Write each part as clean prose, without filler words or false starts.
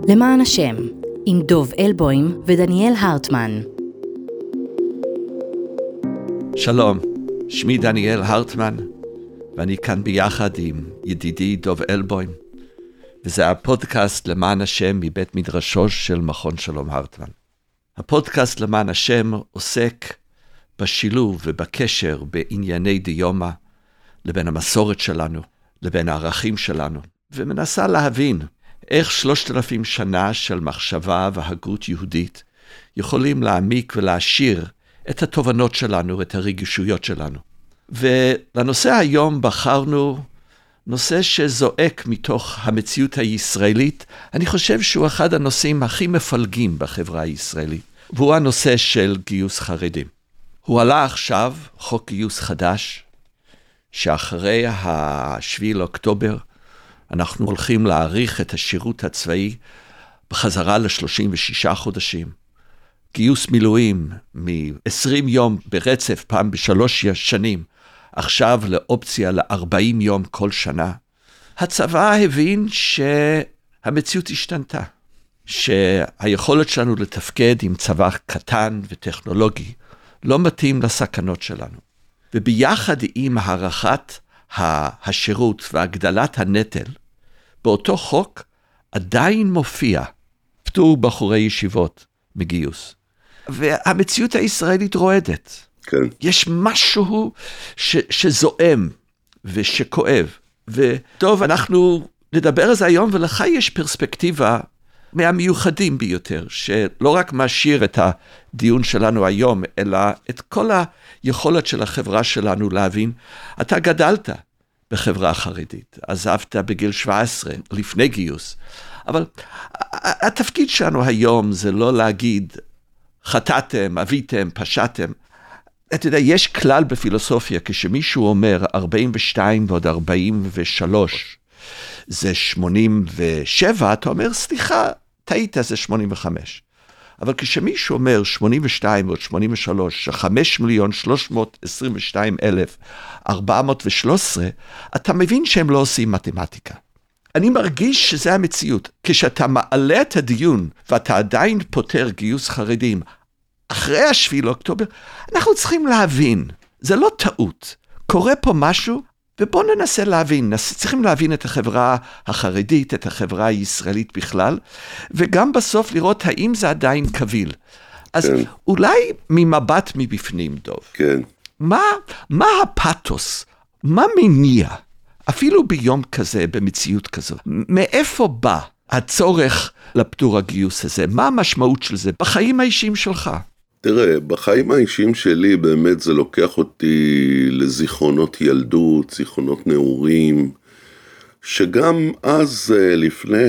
למען השם, עם דוב אלבוים ודניאל הרטמן. שלום, שמי דניאל הרטמן, ואני כאן ביחד עם ידידי דוב אלבוים, וזה הפודקאסט למען השם מבית מדרשו של מכון שלום הרטמן. הפודקאסט למען השם עוסק בשילוב ובקשר בענייני דיומא, לבין המסורת שלנו, לבין הערכים שלנו, ומנסה להבין איך 3,000 שנה של מחשבה והגות יהודית יכולים להעמיק ולהשאיר את התובנות שלנו, את הרגישויות שלנו. ולנושא היום בחרנו נושא שזועק מתוך המציאות הישראלית. אני חושב שהוא אחד הנושאים הכי מפלגים בחברה הישראלית, והוא הנושא של גיוס חרדים. הוא עלה עכשיו חוק גיוס חדש, שאחרי ה-7 לאוקטובר אנחנו הולכים להאריך את השירות הצבאי בחזרה ל-36 חודשים. גיוס מילואים מ-20 יום ברצף, פעם ב3 שנים, עכשיו לאופציה ל-40 יום כל שנה. הצבא הבין שהמציאות השתנתה, שהיכולת שלנו לתפקד עם צבא קטן וטכנולוגי לא מתאים לסכנות שלנו. וביחד עם הערכת השירות והגדלת הנטל, באותו חוק עדיין מופיע פטור בחורי ישיבות מגיוס. והמציאות הישראלית רועדת. כן. יש משהו שזועם ושכואב. וטוב, אנחנו נדבר על זה היום, ולך יש פרספקטיבה מהמיוחדים ביותר, שלא רק משאיר את הדיון שלנו היום, אלא את כל היכולת של החברה שלנו להבין. אתה גדלת בחברה חרדית, עזבת בגיל 17 לפני גיוס, אבל התפקיד שלנו היום זה לא להגיד חטאתם, אביתם, פשעתם. אתה יודע, יש כלל בפילוסופיה, כשמישהו אומר 42 ועוד 43, זה 87, אתה אומר, סליחה, טעית, זה 85. אבל כשמישהו אומר 82 ועוד 83, 5,322,413, אתה מבין שהם לא עושים מתמטיקה. אני מרגיש שזה המציאות. כשאתה מעלה את הדיון, ואתה עדיין פותר גיוס חרדים, אחרי ה-7 לאוקטובר, אנחנו צריכים להבין, זה לא טעות. קורה פה משהו, ובואו ננסה להבין, צריכים להבין את החברה החרדית, את החברה הישראלית בכלל, וגם בסוף לראות האם זה עדיין קביל. אז כן. אולי ממבט מבפנים, דוב. כן. מה הפתוס? מה מניע? אפילו ביום כזה, במציאות כזו. מאיפה בא הצורך לפטור הגיוס הזה? מה המשמעות של זה בחיים האישיים שלך? תראה, בחיים האישיים שלי באמת זה לוקח אותי לזיכרונות ילדות, זיכרונות נעורים, שגם אז לפני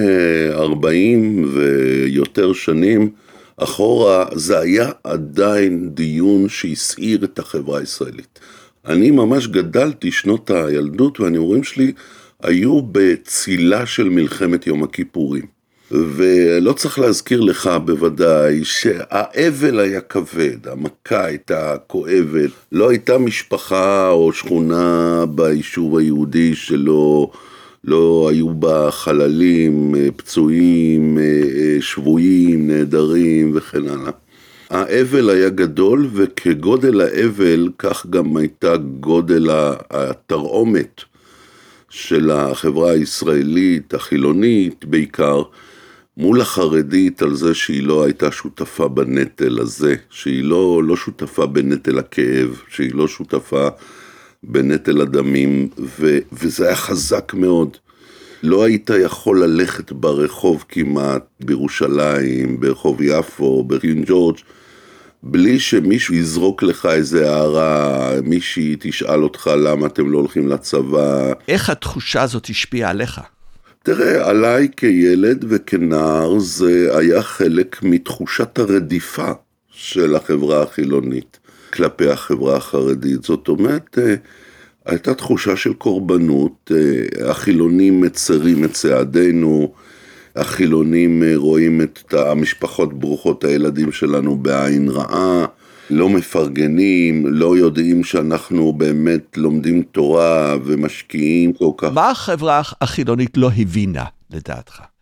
40 ויותר שנים אחורה, זה היה עדיין דיון שהסעיר את החברה הישראלית. אני ממש גדלתי שנות הילדות, והנעורים שלי היו בצילה של מלחמת יום הכיפורים. ולא צריך להזכיר לך בוודאי שהאבל היה כבד, המכה הייתה כואבת, לא הייתה משפחה או שכונה ביישוב היהודי שלא היו בה חללים, פצועים, שבויים, נעדרים וכן הלאה. האבל היה גדול, וכגודל האבל כך גם הייתה גודל התרעומת של החברה הישראלית, החילונית בעיקר, מול החרדית על זה שהיא לא הייתה שותפה בנטל הזה, שהיא לא שותפה בנטל הכאב, שהיא לא שותפה בנטל הדמים, וזה היה חזק מאוד. לא היית יכול ללכת ברחוב כמעט, בירושלים, ברחוב יפו, בקינג ג'ורג', בלי שמישהו יזרוק לך איזה הערה, מישהי תשאל אותך למה אתם לא הולכים לצבא. איך התחושה הזאת השפיעה עליך? תראה, עליי כילד וכנער זה היה חלק מתחושת הרדיפה של החברה החילונית כלפי החברה החרדית. זאת אומרת, הייתה תחושה של קורבנות, החילונים מצרים את צעדינו, החילונים רואים את המשפחות ברוכות הילדים שלנו בעין רעה, לא מפרגנים, לא יודעים שאנחנו באמת לומדים תורה ומשקיעים כל כך. מה החברה החילונית לא הבינה לדעתך?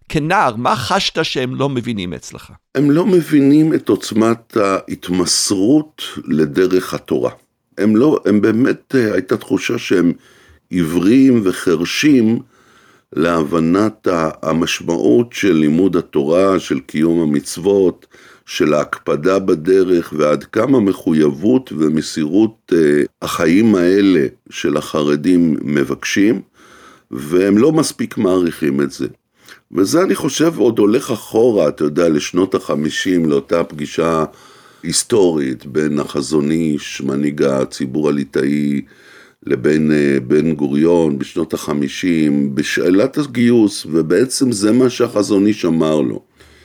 כנער, מה חשת שהם לא מבינים אצלך? הם לא מבינים את עוצמת ההתמסרות לדרך התורה. הם באמת, הייתה תחושה שהם עיוורים וחרשים להבנת המשמעות של לימוד התורה, של קיום המצוות, של ההקפדה בדרך, ועד כמה מחויבות ומסירות החיים האלה של החרדים מבקשים, והם לא מספיק מעריכים את זה. וזה אני חושב עוד הולך אחורה, אתה יודע, לשנות ה-50, לאותה פגישה היסטורית בין החזון איש, מנהיג הציבור הליטאי, לבין בן גוריון בשנות ה-50, בשאלת הגיוס, ובעצם זה מה שהחזון איש אמר לו.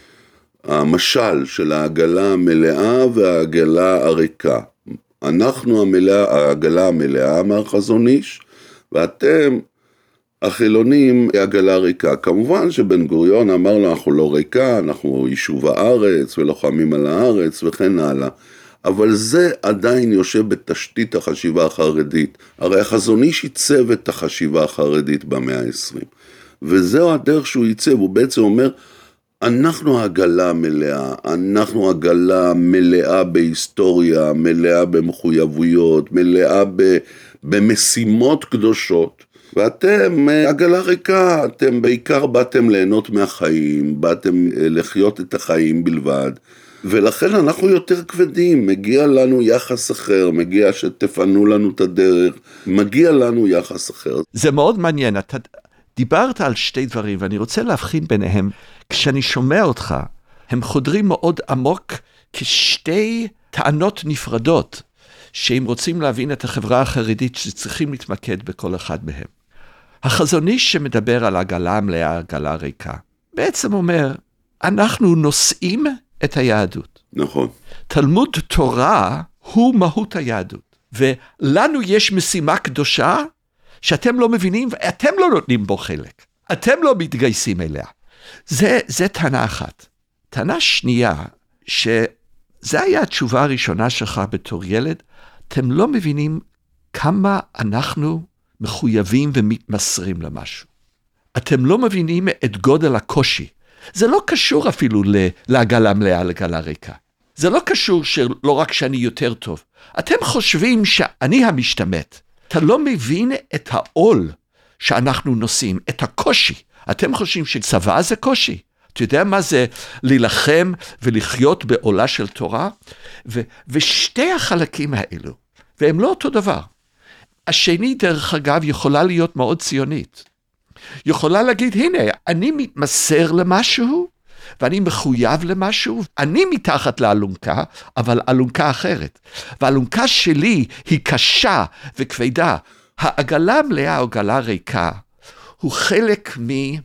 המשל של העגלה המלאה והעגלה הריקה. אנחנו העגלה המלאה מהחזון איש, ואתם החילונים העגלה ריקה. כמובן שבן גוריון אמר לו, אנחנו לא ריקה, אנחנו יישוב הארץ ולוחמים על הארץ וכן הלאה. אבל זה עדיין יושב בתשתית החשיבה החרדית. הרי החזון איש ייצב את החשיבה החרדית במאה ה-20. וזהו הדרך שהוא ייצב, הוא בעצם אומר, אנחנו העגלה מלאה, אנחנו עגלה מלאה בהיסטוריה, מלאה במחויבויות, מלאה במשימות קדושות, ואתם עגלה ריקה, אתם בעיקר באתם ליהנות מהחיים, באתם לחיות את החיים בלבד, ולכן אנחנו יותר כבדים, מגיע לנו יחס אחר, מגיע שתפנו לנו את הדרך, מגיע לנו יחס אחר. זה מאוד מעניין, אתה דיברת על שתי דברים, ואני רוצה להבחין ביניהם, כשאני שומע אותך, הם חודרים מאוד עמוק כשתי טענות נפרדות, שאם רוצים להבין את החברה החרדית, שצריכים להתמקד בכל אחד מהם. החזון איש שמדבר על עגלה מלאה, עגלה ריקה, בעצם אומר, אנחנו נושאים את היהדות. נכון. תלמוד תורה הוא מהות היהדות, ולנו יש משימה קדושה, שאתם לא מבינים, ואתם לא נותנים בו חלק. אתם לא מתגייסים אליה. זה טענה אחת. טענה שנייה, שזה היה התשובה הראשונה שלך בתור ילד, אתם לא מבינים כמה אנחנו מחויבים ומתמסרים למשהו. אתם לא מבינים את גודל הקושי. זה לא קשור אפילו לעגלה מלאה, לעגלה ריקה. זה לא קשור שלא רק שאני יותר טוב. אתם חושבים שאני המשתמט. אתה לא מבין את העול שאנחנו נושאים, את הקושי. אתם חושבים שצבא זה קושי? אתה יודע מה זה להילחם ולחיות בעולה של תורה? ושתי החלקים האלו, והם לא אותו דבר. השני, דרך אגב, יכולה להיות מאוד ציונית. יכולה להגיד, הנה, אני מתמסר למשהו, ואני מחויב למשהו, אני מתחת לאלונקה, אבל אלונקה אחרת. והאלונקה שלי היא קשה וכבדה. העגלה מלאה או עגלה ריקה, הוא חלק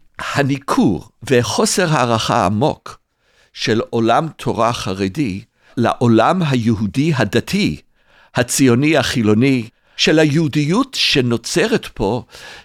מהניכור וחוסר הערכה עמוק של עולם תורה חרדי, לעולם היהודי הדתי, הציוני החילוני, של היהודיות שנוצרת פה,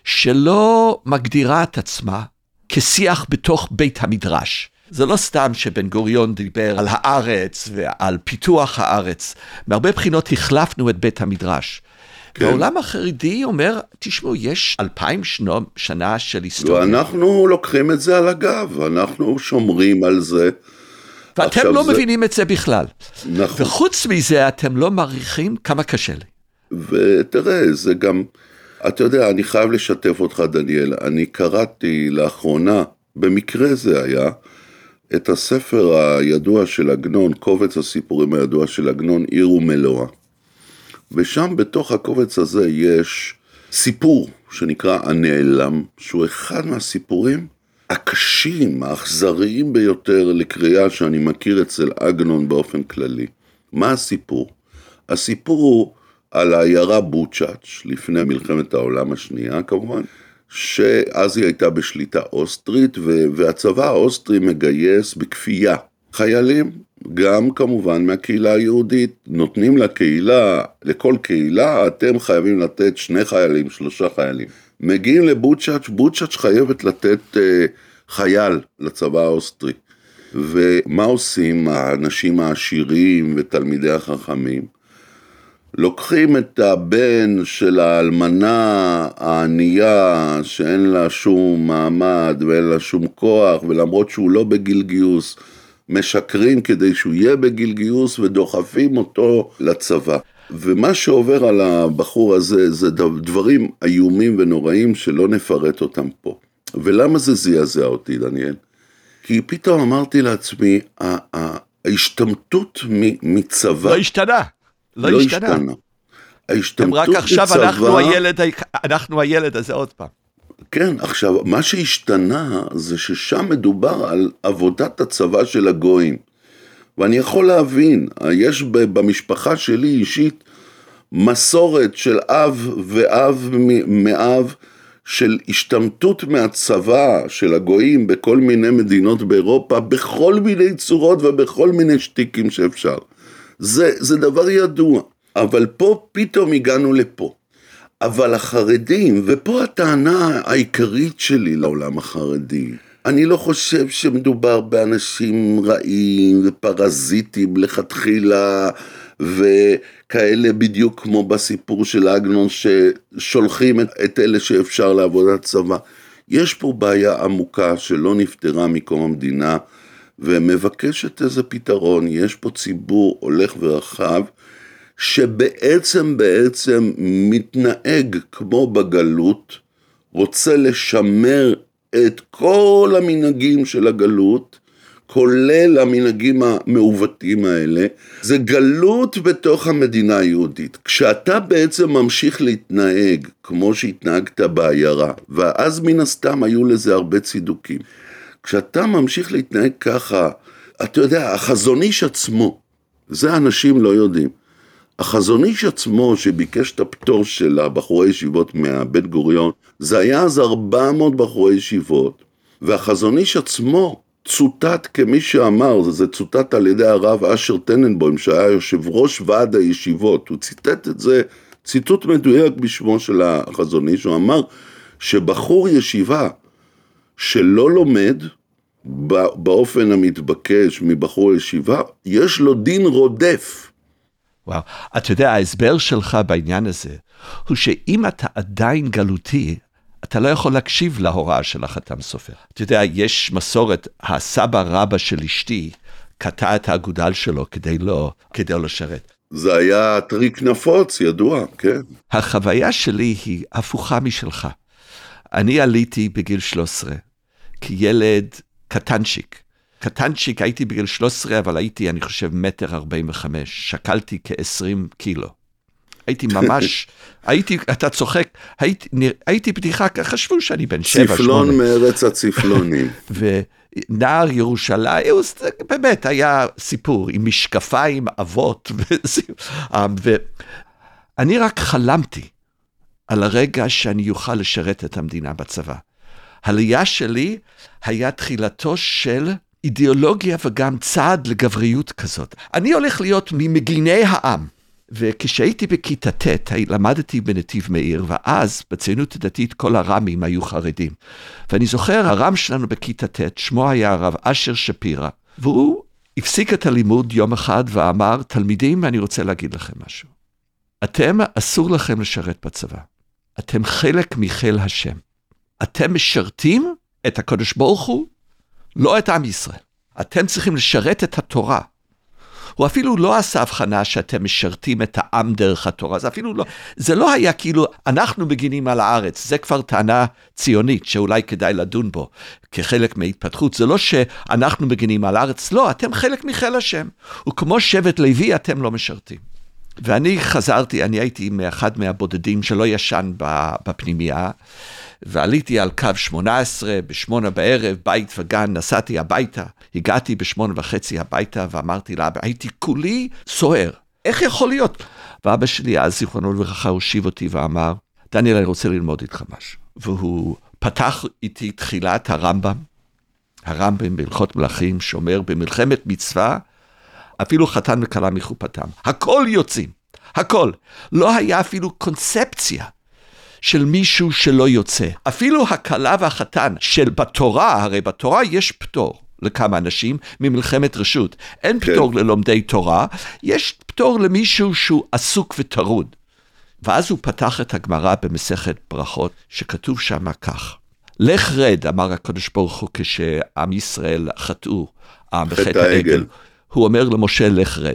שלא מגדירה את עצמה כשיח בתוך בית המדרש. זה לא סתם שבן גוריון דיבר על הארץ ועל פיתוח הארץ. מהרבה בחינות החלפנו את בית המדרש. כן. העולם החרדי אומר, תשמעו, יש 2000 שנה של היסטוריה. ואנחנו לוקחים את זה על הגב, אנחנו שומרים על זה. ואתם לא מבינים את זה בכלל. נכון. וחוץ מזה, אתם לא מעריכים כמה קשה לי. ותראה, זה גם, אתה יודע, אני חייב לשתף אותך, דניאל, אני קראתי לאחרונה, במקרה זה היה, את הספר הידוע של עגנון, קובץ הסיפורים הידוע של עגנון, עיר ומלואה. ושם בתוך הקובץ הזה יש סיפור שנקרא הנעלם, שהוא אחד מהסיפורים הקשים, האכזריים ביותר לקריאה שאני מכיר אצל עגנון באופן כללי. מה הסיפור? הסיפור הוא על העיירה בוצ'אץ' לפני מלחמת העולם השנייה כמובן, שאז היא הייתה בשליטה אוסטרית, והצבא האוסטרי מגייס בכפייה חיילים, גם כמובן מהקהילה היהודית, נותנים לקהילה, לכל קהילה, אתם חייבים לתת 2 חיילים, 3 חיילים. מגיעים לבוצ'אץ', בוצ'אץ' חייבת לתת חייל לצבא האוסטרי. ומה עושים האנשים העשירים ותלמידי החכמים? לוקחים את הבן של האלמנה הענייה שאין לה שום מעמד ואין לה שום כוח, ולמרות שהוא לא בגיל גיוס, משקרים כדי שהוא יהיה בגיל גיוס ודוחפים אותו לצבא. ומה שעובר על הבחור הזה זה דברים איומים ונוראים שלא נפרט אותם פה. ולמה זה זעזע אותי, דניאל? כי פתאום אמרתי לעצמי, ההשתמטות מצבא... לא השתנה. ההשתמטות רק עכשיו מצבא... אנחנו הילד הזה עוד פעם. כן, עכשיו, מה שהשתנה זה ששם מדובר על עבודת הצבא של הגויים. ואני יכול להבין, יש במשפחה שלי אישית מסורת של אב ואב מאב, של השתמטות מהצבא של הגויים בכל מיני מדינות באירופה, בכל מיני צורות ובכל מיני שטיקים שאפשר. זה דבר ידוע, אבל פה פתאום הגענו לפה. אבל החרדים, ופה הטענה העיקרית שלי לעולם החרדי, אני לא חושב שמדובר באנשים רעים ופרזיטים לכתחילה, וכאלה בדיוק כמו בסיפור של אגנון ששולחים את אלה שאפשר לעבודת צבא. יש פה בעיה עמוקה שלא נפתרה מקום המדינה, ומבקשת איזה פתרון. יש פה ציבור הולך ורחב, שבעצם מתנהג כמו בגלות, רוצה לשמר את כל המנהגים של הגלות, כולל המנהגים המעוותים האלה. זה גלות בתוך המדינה היהודית. כשאתה בעצם ממשיך להתנהג כמו שהתנהגת בעיירה, ואז מן הסתם היו לזה הרבה צידוקים. כשאתה ממשיך להתנהג ככה, אתה יודע, החזון איש עצמו, זה אנשים לא יודעים. החזון איש עצמו שביקש את הפטור של הבחורי ישיבות מהבית גוריון, זה היה אז 400 בחורי ישיבות, והחזון איש עצמו צוטט כמי שאמר, זה צוטט על ידי הרב אשר טננבוים, שהיה יושב ראש ועד הישיבות, הוא ציטט את זה, ציטוט מדויק בשמו של החזון איש, הוא אמר שבחור ישיבה שלא לומד באופן המתבקש מבחור ישיבה, יש לו דין רודף. וואו, אתה יודע, ההסבר שלך בעניין הזה, הוא שאם אתה עדיין גלותי, אתה לא יכול להקשיב להוראה של החתם סופר. אתה יודע, יש מסורת, הסבא רבא של אשתי, קטע את האגודל שלו כדי לא לשרת. זה היה טריק נפוץ, ידוע, כן. החוויה שלי היא הפוכה משלך. אני עליתי בגיל 13, כילד קטנצ'יק, הייתי בגיל 13, אבל הייתי, אני חושב, 1.45 מטר, שקלתי כ-20 קילו. הייתי ממש, אתה צוחק, הייתי בדיחה, חשבו שאני בן 7-8. צפלון מארץ הצפלונים. ונער ירושלים, באמת היה סיפור עם משקפיים, אבות, ואני רק חלמתי על הרגע שאני יוכל לשרת את המדינה בצבא. העלייה שלי היה תחילתו של אידיאולוגיה וגם צעד לגבריות כזאת. אני הולך להיות ממגיני העם. וכשהייתי בכיתה ט' למדתי בנתיב מאיר, ואז בציונות הדתית כל הרמים היו חרדים. ואני זוכר, הרם שלנו בכיתה ט', שמו היה הרב אשר שפירא, והוא הפסיק את הלימוד יום אחד ואמר, תלמידים, אני רוצה להגיד לכם משהו. אתם, אסור לכם לשרת בצבא. אתם חלק מחיל השם. אתם משרתים את הקדוש ברוך הוא, לא את עם ישראל. אתם צריכים לשרת את התורה. הוא אפילו לא עשה הבחנה שאתם משרתים את העם דרך התורה. זה לא היה כאילו, אנחנו מגינים על הארץ. זה כבר טענה ציונית, שאולי כדאי לדון בו, כחלק מההתפתחות. זה לא שאנחנו מגינים על הארץ, לא, אתם חלק מחיל השם. וכמו שבט לוי, אתם לא משרתים. ואני חזרתי, אני הייתי מאחד מהבודדים שלא ישן בפנימייה, ועליתי על קו 18, ב8 בערב, בית וגן, נסעתי הביתה, הגעתי ב8:30 הביתה, ואמרתי לה, הייתי כולי סוער, איך יכול להיות? ואבא שלי, אז זיכרונו לברכה, הושיב אותי ואמר, דניאל, אני רוצה ללמוד איתך משהו. והוא פתח איתי תחילת הרמב"ם בהלכות מלכים, שאומר, במלחמת מצווה, אפילו חתן וכלה מחופתם. הכל יוצאים, הכל. לא היה אפילו קונספציה של מישהו שלא יוצא. אפילו הכלה והחתן של בתורה, הרי בתורה יש פטור. לכמה אנשים ממלחמת רשות. אין פטור ללומדי תורה, יש פטור למישהו שהוא עסוק וטרוד. ואז הוא פתח את הגמרא במסכת ברכות, שכתוב שם כך. לך רד, אמר הקדוש ברוך הוא, כשעם ישראל חטאו בחטא העגל. הוא אומר למשה, לך רד.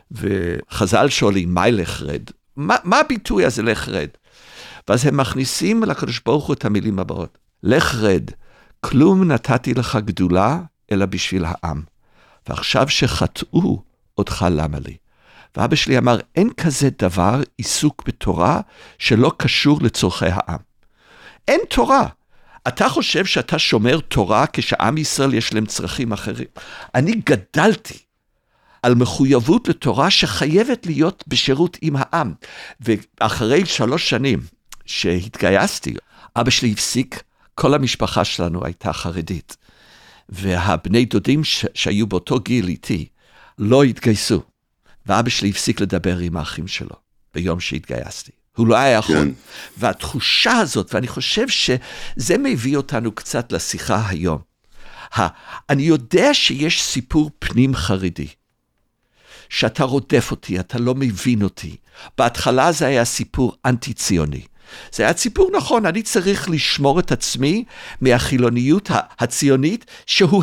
וחז"ל שואלים, מה לך רד? מה הביטוי הזה, לך רד? ואז הם מכניסים לקדוש ברוך הוא את המילים הבאות. לך רד, כלום נתתי לך גדולה, אלא בשביל העם. ועכשיו שחטאו, אותך למה לי? ואבא שלי אמר, אין כזה דבר עיסוק בתורה שלא קשור לצורכי העם. אין תורה. אתה חושב שאתה שומר תורה כשעם ישראל יש להם צרכים אחרים. אני גדלתי על מחויבות לתורה שחייבת להיות בשירות עם העם. ואחרי 3 שנים שהתגייסתי, אבא שלי הפסיק, כל המשפחה שלנו הייתה חרדית. והבני דודים שהיו באותו גיל איתי לא התגייסו. ואבא שלי הפסיק לדבר עם האחים שלו ביום שהתגייסתי. הוא לא היה יכול. והתחושה הזאת, ואני חושב שזה מביא אותנו קצת לשיחה היום. אני יודע שיש סיפור פנים חרדי, שאתה רודף אותי, אתה לא מבין אותי. בהתחלה זה היה סיפור אנטי-ציוני. זה היה סיפור נכון, אני צריך לשמור את עצמי מהחילוניות הציונית, שהוא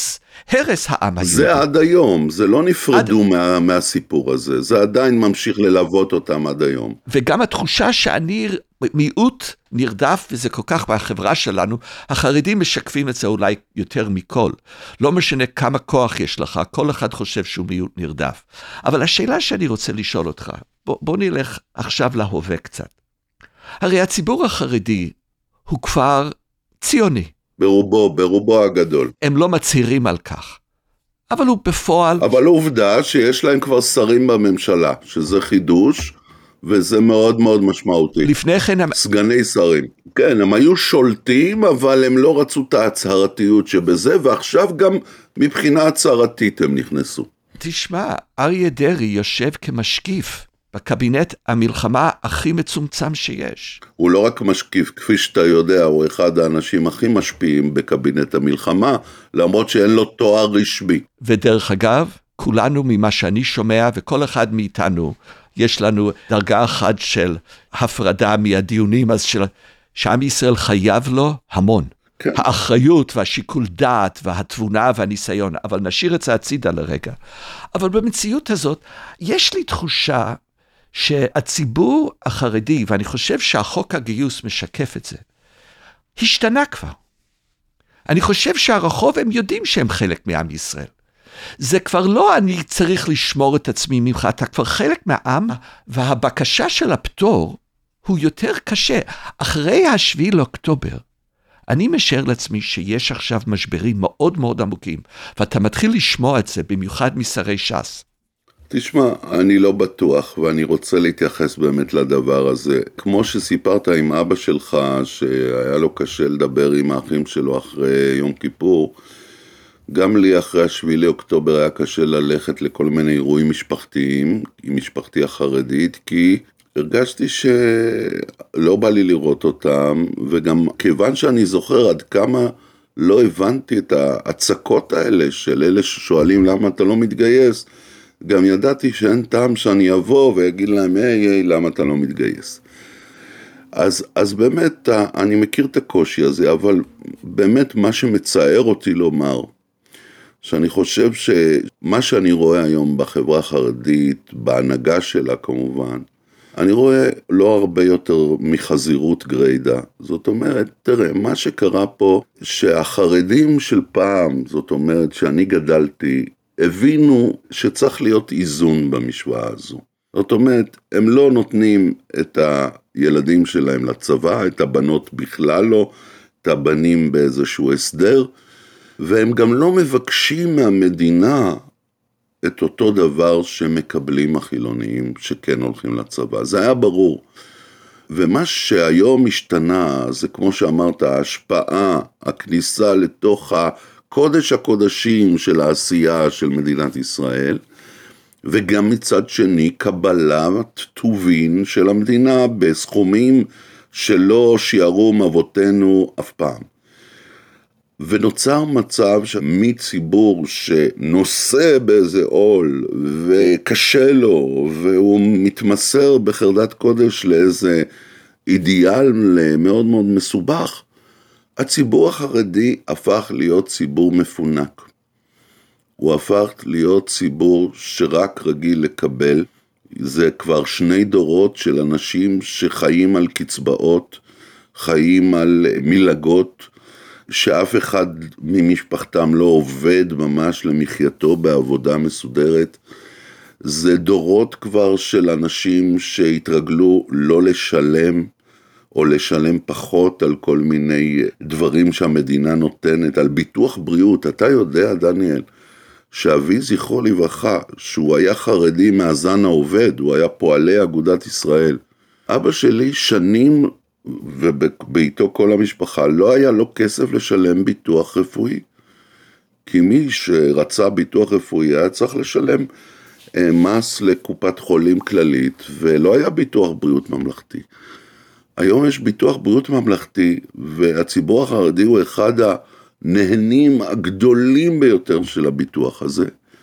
הרס העם היהודי. זה עד היום, זה לא נפרדו מהסיפור הזה, זה עדיין ממשיך ללוות אותם עד היום. וגם התחושה שאני מיעוט נרדף, וזה כל כך בחברה שלנו, החרדים משקפים את זה אולי יותר מכל. לא משנה כמה כוח יש לך, כל אחד חושב שהוא מיעוט נרדף. אבל השאלה שאני רוצה לשאול אותך, בוא נלך עכשיו להווה קצת. הרי הציבור החרדי הוא כבר ציוני. ברובו הגדול. הם לא מצהירים על כך. אבל הוא בפועל... אבל עובדה שיש להם כבר שרים בממשלה, שזה חידוש, וזה מאוד מאוד משמעותי. לפני כן... סגני שרים. כן, הם היו שולטים, אבל הם לא רצו את ההצהרתיות שבזה, ועכשיו גם מבחינה הצהרתית הם נכנסו. תשמע, אריה דרעי יושב כמשקיף בקבינט המלחמה הכי מצומצם שיש. הוא לא רק משקיף, כפי שאתה יודע, הוא אחד האנשים הכי משפיעים בקבינט המלחמה, למרות שאין לו תואר רשמי. ודרך אגב, כולנו ממה שאני שומע, וכל אחד מאיתנו, יש לנו דרגה אחת של הפרדה מהדיונים, אז שעם ישראל חייב לו המון. כן. האחריות והשיקול דעת והתבונה והניסיון, אבל נשאיר את זה הצידה לרגע. אבל במציאות הזאת, יש לי תחושה שהציבור החרדי, ואני חושב שהחוק הגיוס משקף את זה, השתנה כבר. אני חושב שהרחוב הם יודעים שהם חלק מעם ישראל. זה כבר לא אני צריך לשמור את עצמי ממך, אתה כבר חלק מהעם, והבקשה של הפטור הוא יותר קשה. אחרי 7 לאוקטובר, אני משער לעצמי שיש עכשיו משברים מאוד מאוד עמוקים, ואתה מתחיל לשמוע את זה, במיוחד משרי ש"ס. תשמע, אני לא בטוח, ואני רוצה להתייחס באמת לדבר הזה. כמו שסיפרת עם אבא שלך, שהיה לו קשה לדבר עם האחים שלו אחרי יום כיפור, גם לי אחרי 7 לאוקטובר היה קשה ללכת לכל מיני אירועים משפחתיים, עם משפחתי החרדית, כי הרגשתי שלא בא לי לראות אותם, וגם כיוון שאני זוכר עד כמה לא הבנתי את ההצקות האלה של אלה ששואלים למה אתה לא מתגייס, גם ידעתי שאין טעם שאני אבוא ויגיד להם, היי, למה אתה לא מתגייס? אז באמת, אני מכיר את הקושי הזה, אבל באמת מה שמצער אותי לומר, שאני חושב שמה שאני רואה היום בחברה החרדית, בהנהגה שלה כמובן, אני רואה לא הרבה יותר מחזירות גרידה. זאת אומרת, תראה, מה שקרה פה, שהחרדים של פעם, זאת אומרת שאני גדלתי, הבינו שצריך להיות איזון במשוואה הזו. זאת אומרת, הם לא נותנים את הילדים שלהם לצבא, את הבנות בכלל לא, את הבנים באיזשהו הסדר, והם גם לא מבקשים מהמדינה את אותו דבר שמקבלים החילוניים שכן הולכים לצבא. זה היה ברור. ומה שהיום השתנה, זה כמו שאמרת, ההשפעה, הכניסה לתוך הקודש הקודשים של העשייה של מדינת ישראל, וגם מצד שני קבלת טובין של המדינה בסכומים שלא שיערו אבותינו אף פעם. ונוצר מצב שמציבור שנושא באיזה עול וקשה לו והוא מתמסר בחרדת קודש לאיזה אידיאל מאוד מאוד מסובך, הציבור החרדי הפך להיות ציבור מפונק. הוא הפך להיות ציבור שרק רגיל לקבל. זה כבר 2 דורות של אנשים שחיים על קצבאות, חיים על מלגות, שאף אחד ממשפחתם לא עובד ממש למחייתו בעבודה מסודרת. זה דורות כבר של אנשים שהתרגלו לא לשלם, או לשלם פחות על כל מיני דברים שהמדינה נותנת, על ביטוח בריאות. אתה יודע, דניאל, שאבי זכרו לברכה, שהוא היה חרדי מהזן העובד, הוא היה פועלי אגודת ישראל. אבא שלי שנים, ובביתו כל המשפחה, לא היה לו כסף לשלם ביטוח רפואי. כי מי שרצה ביטוח רפואי היה צריך לשלם מס לקופת חולים כללית, ולא היה ביטוח בריאות ממלכתי. היום יש ביטוח בריאות ממלכתי, והציבור החרדי הוא אחד הנהנים הגדולים ביותר של הביטוח הזה,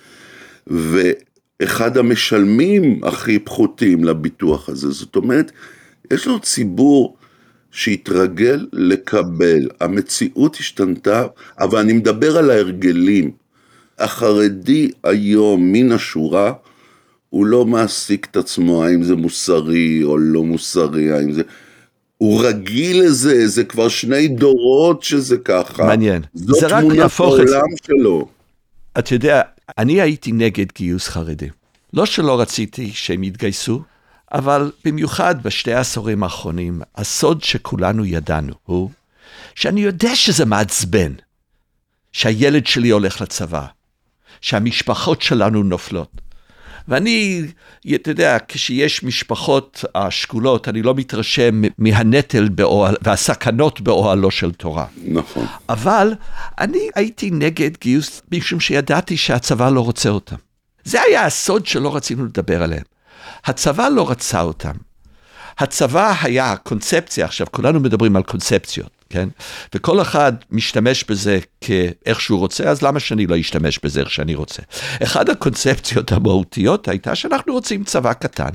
ואחד המשלמים הכי פחותים לביטוח הזה. זאת אומרת, יש לו ציבור שהתרגל לקבל. המציאות השתנתה, אבל אני מדבר על ההרגלים. החרדי היום מן השורה, הוא לא מעסיק את עצמו, האם זה מוסרי או לא מוסרי, האם זה... הוא רגיל לזה, זה כבר 2 דורות שזה ככה. מעניין. זאת זה רק תמונת להפוך את העולם שלו. אתה יודע, אני הייתי נגד גיוס חרדי. לא שלא רציתי שהם יתגייסו, אבל במיוחד בשתי העשורים האחרונים, הסוד שכולנו ידענו הוא, שאני יודע שזה מעצבן, שהילד שלי הולך לצבא, שהמשפחות שלנו נופלות. ואני, אתה יודע, כשיש משפחות השכולות, אני לא מתרשם מהנטל והסכנות באוהלו של תורה. נכון. אבל אני הייתי נגד גיוס, משום שידעתי שהצבא לא רוצה אותם. זה היה הסוד שלא רצינו לדבר עליהם. הצבא לא רצה אותם. הצבא היה קונספציה, עכשיו כולנו מדברים על קונספציות, כן? וכל אחד משתמש בזה כאיך שהוא רוצה, אז למה שאני לא אשתמש בזה איך שאני רוצה? אחד הקונספציות המהותיות הייתה שאנחנו רוצים צבא קטן.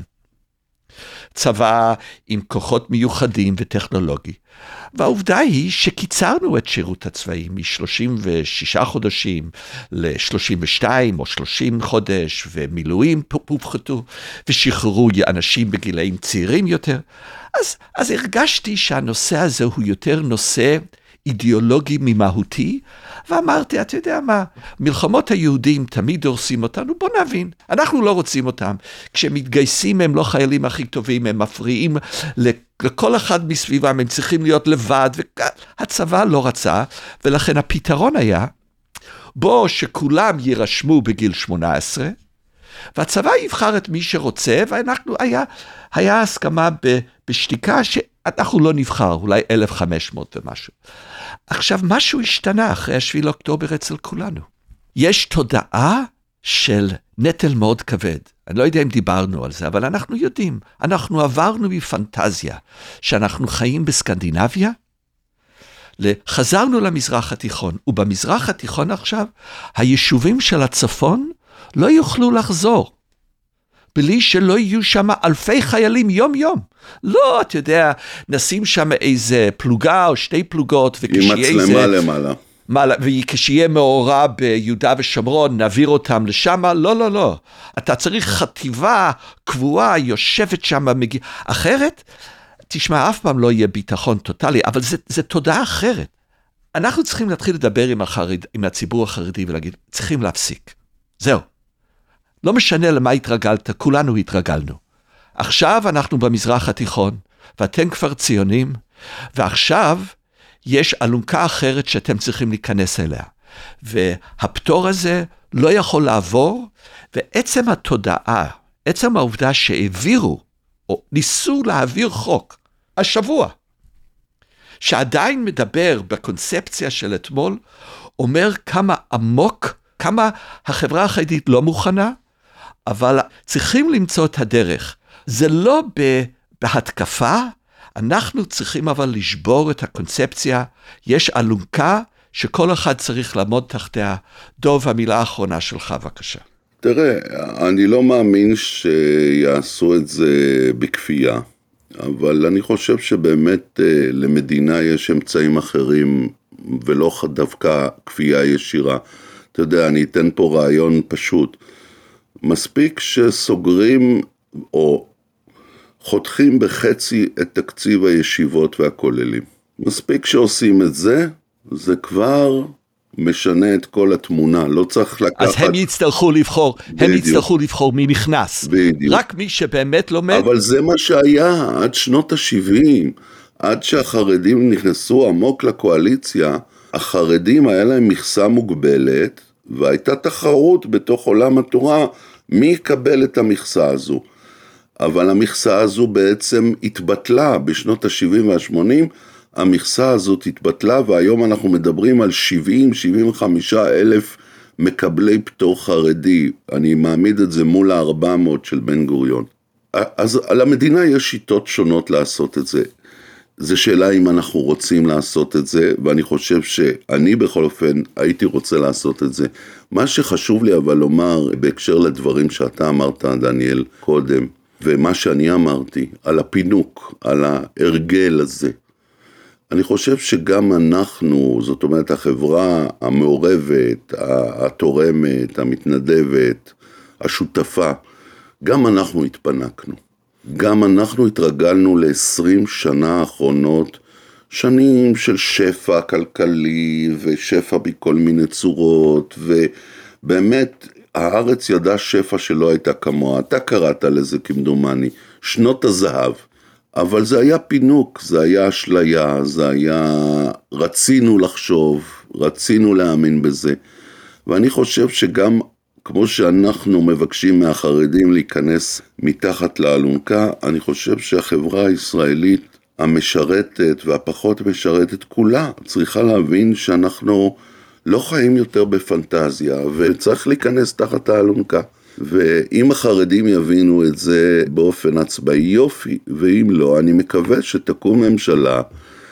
צבא עם כוחות מיוחדים וטכנולוגי. והעובדה היא שקיצרנו את שירות הצבאי מ-36 חודשים ל-32 או 30 חודש, ומילואים הופחתו, ושחררו אנשים בגילאים צעירים יותר. אז הרגשתי שהנושא הזה הוא יותר נושא אידיאולוגי ממהותי, ואמרתי, אתה יודע מה, מלחמות היהודים תמיד דורסים אותנו, בוא נבין, אנחנו לא רוצים אותם. כשמתגייסים הם לא חיילים הכי טובים, הם מפריעים לכל אחד מסביבם, הם צריכים להיות לבד, והצבא לא רצה, ולכן הפתרון היה, בוא שכולם יירשמו בגיל 18, והצבא יבחר את מי שרוצה, ואנחנו, היה הסכמה בשתיקה שאנחנו לא נבחר, אולי 1,500 ומשהו. עכשיו, משהו השתנה אחרי 7 לאוקטובר אצל כולנו. יש תודעה של נטל מאוד כבד. אני לא יודע אם דיברנו על זה, אבל אנחנו יודעים. אנחנו עברנו מפנטזיה שאנחנו חיים בסקנדינביה, חזרנו למזרח התיכון, ובמזרח התיכון עכשיו, היישובים של הצפון לא יוכלו לחזור, בלי שלא יהיו שם אלפי חיילים יום יום. לא, אתה יודע, נשים שם איזה פלוגה או 2 פלוגות, עם מצלמה למעלה. וכשיהיה מאורע ביהודה ושומרון, נעביר אותם לשם. לא, לא, לא. אתה צריך חטיבה קבועה, יושבת שם, אחרת, תשמע, אף פעם לא יהיה ביטחון טוטלי, אבל זה תודעה אחרת. אנחנו צריכים להתחיל לדבר עם הציבור החרדי ולהגיד, צריכים להפסיק. זהו. לא משנה למה התרגלת, כולנו התרגלנו. עכשיו אנחנו במזרח התיכון, ואתם כבר ציונים, ועכשיו יש אלונקה אחרת שאתם צריכים להיכנס אליה. והפטור הזה לא יכול לעבור, ועצם התודעה, עצם העובדה שהעבירו, או ניסו להעביר חוק, השבוע, שעדיין מדבר בקונספציה של אתמול, אומר כמה עמוק, כמה החברה החרדית לא מוכנה, אבל צריכים למצוא את הדרך. זה לא בהתקפה, אנחנו צריכים אבל לשבור את הקונספציה, יש אלונקה שכל אחד צריך לעמוד תחתיה. דוב, המילה האחרונה שלך, בבקשה. תראה, אני לא מאמין שיעשו את זה בכפייה, אבל אני חושב שבאמת למדינה יש אמצעים אחרים, ולא דווקא כפייה ישירה. אתה יודע, אני אתן פה רעיון פשוט. מספיק שסוגרים או חותכים בחצי את תקציב הישיבות והכוללים. מספיק שעושים את זה, זה כבר משנה את כל התמונה, לא צריך לקחת... אז הם יצטרכו לבחור, הם יצטרכו לבחור מי נכנס. בדיוק. רק מי שבאמת לומד. אבל זה מה שהיה עד שנות ה-70, עד שהחרדים נכנסו עמוק לקואליציה, החרדים היה להם מכסה מוגבלת, והייתה תחרות בתוך עולם התורה, מי יקבל את המכסה הזו. אבל המכסה הזו בעצם התבטלה בשנות ה-70 וה-80, המכסה הזאת התבטלה, והיום אנחנו מדברים על 70-75 אלף מקבלי פטור חרדי. אני מעמיד את זה מול ה-400 של בן גוריון. אז על המדינה יש שיטות שונות לעשות את זה. זה שאלה אם אנחנו רוצים לעשות את זה, ואני חושב שאני בכל אופן הייתי רוצה לעשות את זה. מה שחשוב לי אבל לומר בהקשר לדברים שאתה אמרת, דניאל, קודם, ומה שאני אמרתי על הפינוק, על ההרגל הזה, אני חושב שגם אנחנו, זאת אומרת החברה המעורבת, התורמת, המתנדבת, השותפה, גם אנחנו התפנקנו. גם אנחנו התרגלנו ל-20 שנה האחרונות, שנים של שפע כלכלי ושפע בכל מיני צורות, ובאמת הארץ ידעה שפע שלא הייתה כמוה, אתה קראת לזה כמדומני, שנות הזהב, אבל זה היה פינוק, זה היה אשליה, זה היה, רצינו לחשוב, רצינו להאמין בזה, ואני חושב שגם כמו שאנחנו מבקשים מהחרדים להיכנס מתחת לאלונקה, אני חושב שהחברה הישראלית המשרתת והפחות משרתת כולה צריכה להבין שאנחנו לא חיים יותר בפנטזיה וצריך להיכנס תחת האלונקה. ואם החרדים יבינו את זה באופן עצמאי יופי, ואם לא, אני מקווה שתקום ממשלה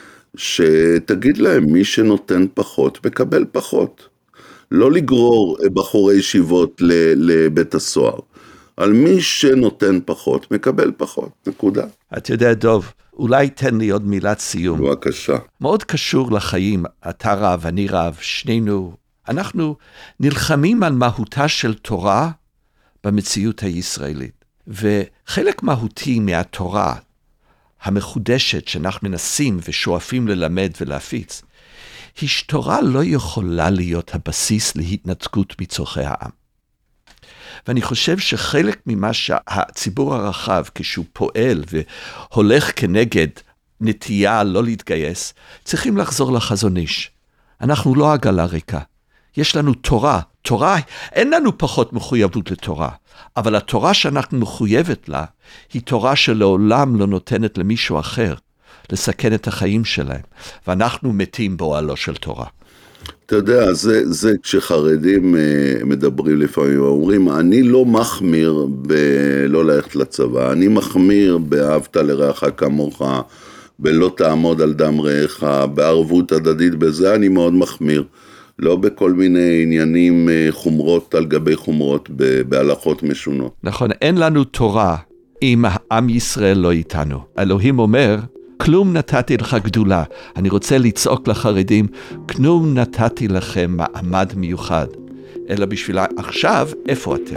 שתגיד להם מי שנותן פחות מקבל פחות. לא לגרור בחורי ישיבות לבית הסוהר. על מי שנותן פחות, מקבל פחות, נקודה. אתה יודע, דוב, אולי תן לי עוד מילת סיום. בבקשה. מאוד קשור לחיים, אתה רב, אני רב, שנינו. אנחנו נלחמים על מהותה של תורה במציאות הישראלית. וחלק מהותי מהתורה המחודשת שאנחנו מנסים ושואפים ללמד ולהפיץ, היא שתורה לא יכולה להיות הבסיס להתנתקות מצורכי העם. ואני חושב שחלק ממה שהציבור הרחב, כשהוא פועל והולך כנגד נטייה לא להתגייס, צריכים לחזור לחזון איש. אנחנו לא עגלה ריקה. יש לנו תורה. תורה, אין לנו פחות מחויבות לתורה. אבל התורה שאנחנו מחויבת לה, היא תורה שלעולם לא נותנת למישהו אחר. לסכן את החיים שלהם, ואנחנו מתים באוהלו של תורה. אתה יודע, זה כשחרדים מדברים לפעמים, אומרים, אני לא מחמיר בלא ללכת לצבא, אני מחמיר באהבת לרעך כמוך, בלא תעמוד על דם רעך, בערבות הדדית, בזה אני מאוד מחמיר, לא בכל מיני עניינים חומרות על גבי חומרות, בהלכות משונות. נכון, אין לנו תורה אם עם ישראל לא איתנו. אלוהים אומר, כלום נתתי לך גדולה. אני רוצה לצעוק לחרדים, כלום נתתי לכם מעמד מיוחד. אלא בשבילה, עכשיו, איפה אתם?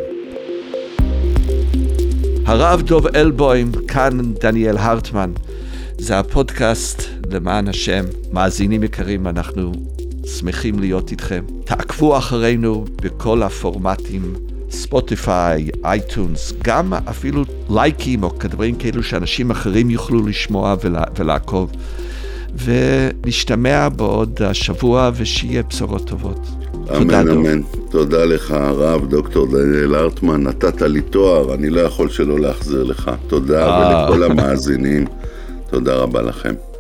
הרב דוב אלבוים, כאן דניאל הרטמן. זה הפודקאסט למען השם. מאזינים יקרים, אנחנו שמחים להיות איתכם. תעקבו אחרינו בכל הפורמטים, ספוטיפיי, אייטונס, גם אפילו לייקים או דברים כאלו שאנשים אחרים יוכלו לשמוע ולעקוב. ונשתמע בעוד השבוע ושיהיה בשורות טובות. אמן, אמן. תודה לך הרב דוקטור דניאל הרטמן, נתת לי תואר, אני לא יכול שלא להחזיר לך. תודה ולכל המאזינים, תודה רבה לכם.